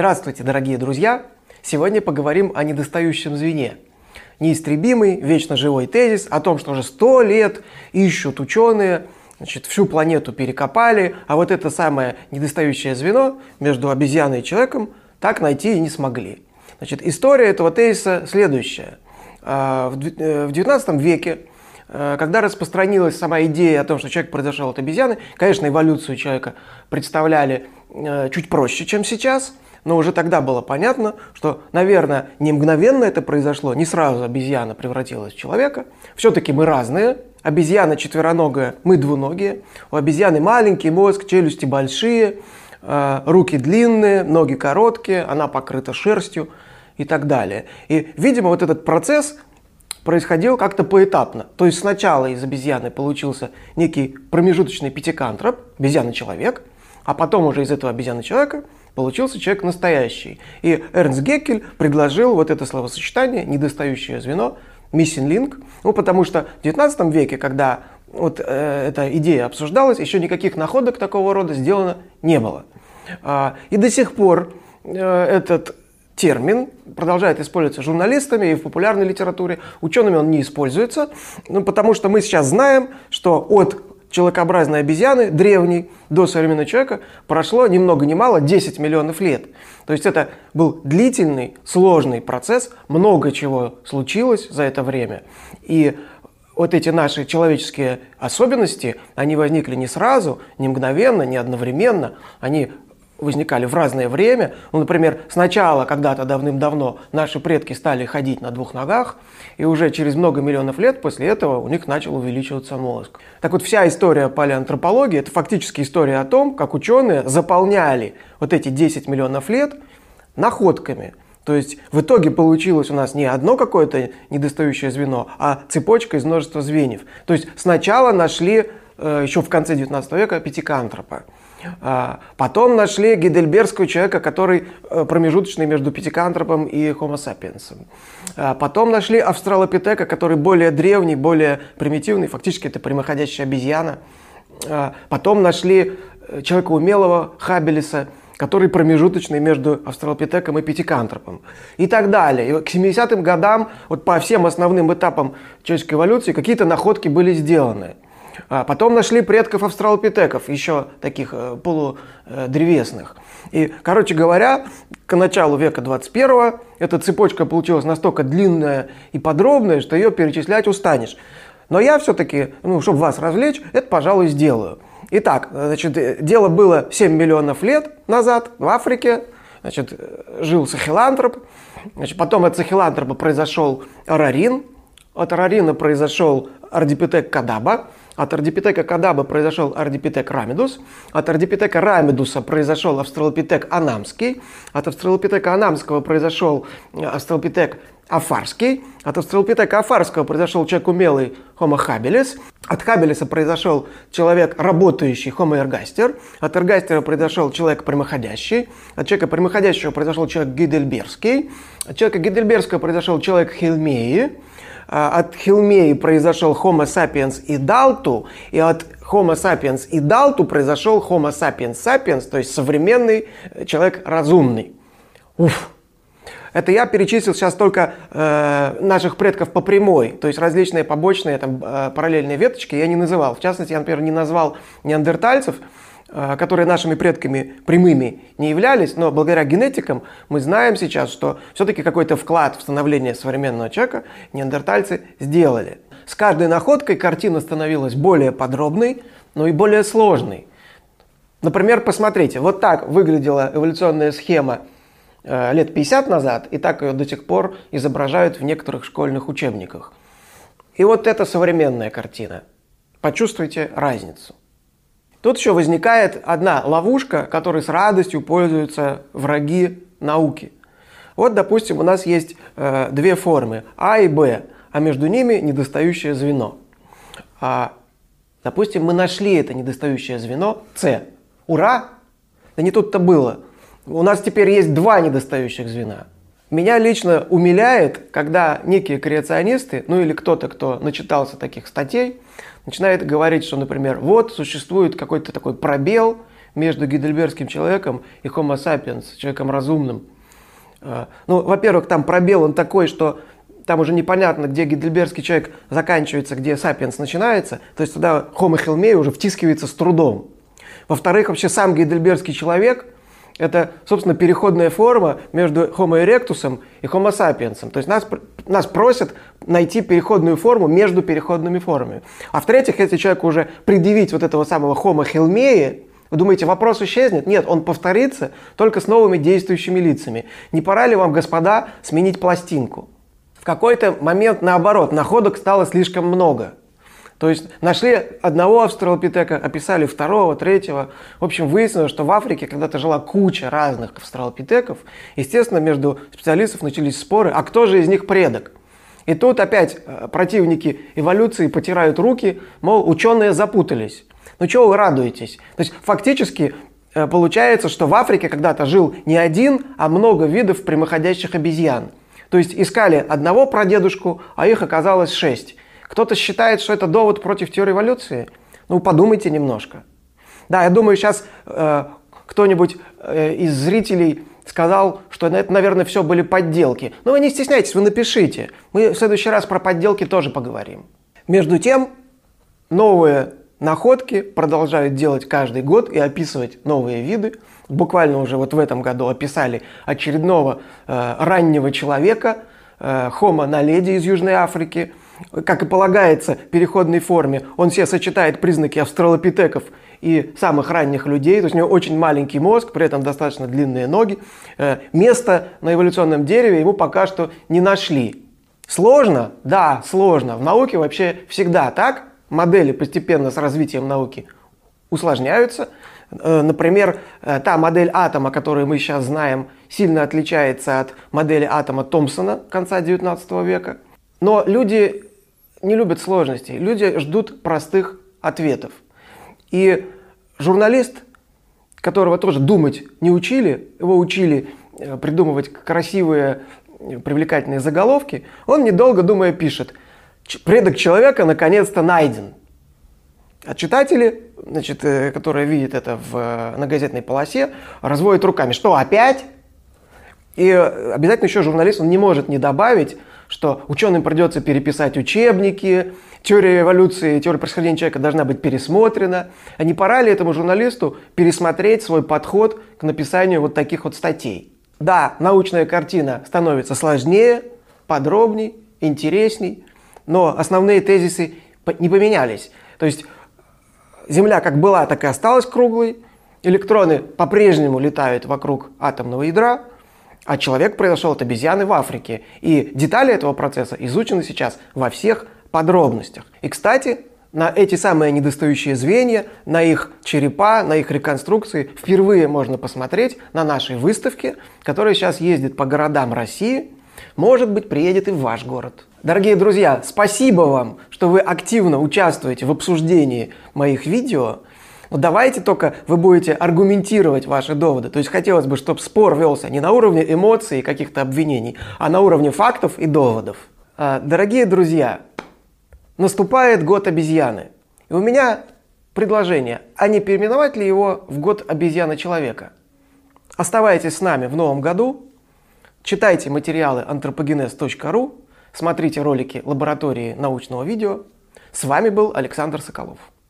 Здравствуйте, дорогие друзья! Сегодня поговорим о недостающем звене. Неистребимый, вечно живой тезис о том, что уже 100 лет ищут ученые, всю планету перекопали, а вот это самое недостающее звено между обезьяной и человеком так найти и не смогли. История этого тезиса следующая. В XIX веке, когда распространилась сама идея о том, что человек произошел от обезьяны, конечно, эволюцию человека представляли чуть проще, чем сейчас, но уже тогда было понятно, что, наверное, не мгновенно это произошло, не сразу обезьяна превратилась в человека. Все-таки мы разные. Обезьяна четвероногая, мы двуногие. У обезьяны маленький мозг, челюсти большие, руки длинные, ноги короткие, она покрыта шерстью и так далее. И, видимо, вот этот процесс происходил как-то поэтапно. То есть сначала из обезьяны получился некий промежуточный пятикантроп, обезьяна-человек, а потом уже из этого обезьяны-человека получился человек настоящий. И Эрнст Геккель предложил вот это словосочетание «недостающее звено», «missing link», потому что в XIX веке, когда вот эта идея обсуждалась, еще никаких находок такого рода сделано не было. И до сих пор этот термин продолжает использоваться журналистами и в популярной литературе. Учеными он не используется, потому что мы сейчас знаем, что от человекообразной обезьяны, древней, до современного человека прошло ни много ни мало 10 миллионов лет. То есть это был длительный, сложный процесс, много чего случилось за это время. И вот эти наши человеческие особенности, они возникли не сразу, не мгновенно, не одновременно, они возникали в разное время. Например, сначала, когда-то давным-давно, наши предки стали ходить на двух ногах, и уже через много миллионов лет после этого у них начал увеличиваться мозг. Так вот, вся история палеоантропологии – это фактически история о том, как ученые заполняли вот эти 10 миллионов лет находками. То есть в итоге получилось у нас не одно какое-то недостающее звено, а цепочка из множества звеньев. То есть сначала нашли еще в конце 19 века пятикантропа. Потом нашли гейдельбергского человека, который промежуточный между пятикантропом и Homo sapiens. Потом нашли австралопитека, который более древний, более примитивный, фактически это прямоходящая обезьяна. Потом нашли человека умелого, хаббелиса, который промежуточный между австралопитеком и пятикантропом. И так далее. И к 70-м годам вот по всем основным этапам человеческой эволюции какие-то находки были сделаны. Потом нашли предков австралопитеков, еще таких полудревесных. И, короче говоря, к началу века 21-го эта цепочка получилась настолько длинная и подробная, что ее перечислять устанешь. Но я все-таки, чтобы вас развлечь, это, пожалуй, сделаю. Итак, дело было 7 миллионов лет назад в Африке. Жил сахилантроп. Потом от сахилантропа произошел арарин. От арарина произошел ардипитек кадаба. От ардипитека кадаба произошел ардипитек рамидус. От ардипитека рамидуса произошел австралопитек анамский. От австралопитека анамского произошел австралопитек афарский. От австралопитека афарского произошел человек умелый Homo habilis. От хаббелиса произошел человек работающий Homo ergaster. От эргастера произошел человек прямоходящий. От человека прямоходящего произошел человек гейдельбергский. От человека гейдельбергского произошел человек хилмеи. От хилмеи произошел Homo sapiens idaltu, и от Homo sapiens idaltu произошел Homo sapiens sapiens, то есть современный человек разумный. Это я перечислил сейчас только наших предков по прямой, то есть различные побочные параллельные веточки я не называл. В частности, я, например, не назвал неандертальцев, которые нашими предками прямыми не являлись, но благодаря генетикам мы знаем сейчас, что все-таки какой-то вклад в становление современного человека неандертальцы сделали. С каждой находкой картина становилась более подробной, но и более сложной. Например, посмотрите, вот так выглядела эволюционная схема лет 50 назад, и так ее до сих пор изображают в некоторых школьных учебниках. И вот это современная картина. Почувствуйте разницу. Тут еще возникает одна ловушка, которой с радостью пользуются враги науки. Вот, допустим, у нас есть две формы А и Б, а между ними недостающее звено. Допустим, мы нашли это недостающее звено С. Ура! Да не тут-то было. У нас теперь есть два недостающих звена. Меня лично умиляет, когда некие креационисты, или кто-то, кто начитался таких статей, начинает говорить, что, например, вот существует какой-то такой пробел между гейдельбергским человеком и Homo sapiens, человеком разумным. Ну, во-первых, там пробел он такой, что там уже непонятно, где гейдельбергский человек заканчивается, где сапиенс начинается. То есть туда Homo Helmei уже втискивается с трудом. Во-вторых, вообще сам гейдельбергский человек – это, собственно, переходная форма между Homo erectus и Homo sapiens. То есть нас просят найти переходную форму между переходными формами. А в-третьих, если человеку уже предъявить вот этого самого Homo Helmei, вы думаете, вопрос исчезнет? Нет, он повторится только с новыми действующими лицами. Не пора ли вам, господа, сменить пластинку? В какой-то момент, наоборот, находок стало слишком много. То есть нашли одного австралопитека, описали второго, третьего. В общем, выяснилось, что в Африке когда-то жила куча разных австралопитеков. Естественно, между специалистов начались споры, а кто же из них предок? И тут опять противники эволюции потирают руки, мол, ученые запутались. Ну чего вы радуетесь? То есть фактически получается, что в Африке когда-то жил не один, а много видов прямоходящих обезьян. То есть искали одного прадедушку, а их оказалось 6. Кто-то считает, что это довод против теории эволюции? Ну, подумайте немножко. Да, я думаю, сейчас кто-нибудь из зрителей сказал, что это, наверное, все были подделки. Но вы не стесняйтесь, вы напишите. Мы в следующий раз про подделки тоже поговорим. Между тем, новые находки продолжают делать каждый год и описывать новые виды. Буквально уже вот в этом году описали очередного раннего человека, Homo naledi из Южной Африки. Как и полагается переходной форме, он все сочетает признаки австралопитеков и самых ранних людей. То есть у него очень маленький мозг, при этом достаточно длинные ноги. Место на эволюционном дереве ему пока что не нашли. Сложно? Да, сложно. В науке вообще всегда так. Модели постепенно с развитием науки усложняются. Например, та модель атома, которую мы сейчас знаем, сильно отличается от модели атома Томпсона конца 19 века. Но люди не любят сложностей, люди ждут простых ответов. И журналист, которого тоже думать не учили, его учили придумывать красивые, привлекательные заголовки, он, недолго думая, пишет: «Предок человека наконец-то найден». А читатели, значит, которые видят это на газетной полосе, разводят руками. Что, опять? И обязательно еще журналист, он не может не добавить, что ученым придется переписать учебники, теория эволюции, теория происхождения человека должна быть пересмотрена. А не пора ли этому журналисту пересмотреть свой подход к написанию вот таких вот статей? Да, научная картина становится сложнее, подробней, интересней, но основные тезисы не поменялись. То есть Земля как была, так и осталась круглой, электроны по-прежнему летают вокруг атомного ядра, а человек произошел от обезьяны в Африке. И детали этого процесса изучены сейчас во всех подробностях. И, кстати, на эти самые недостающие звенья, на их черепа, на их реконструкции впервые можно посмотреть на нашей выставке, которая сейчас ездит по городам России. Может быть, приедет и в ваш город. Дорогие друзья, спасибо вам, что вы активно участвуете в обсуждении моих видео. Но давайте только вы будете аргументировать ваши доводы. То есть хотелось бы, чтобы спор велся не на уровне эмоций и каких-то обвинений, а на уровне фактов и доводов. Дорогие друзья, наступает год обезьяны. И у меня предложение, а не переименовать ли его в год обезьяны-человека? Оставайтесь с нами в новом году, читайте материалы anthropogenes.ru, смотрите ролики лаборатории научного видео. С вами был Александр Соколов.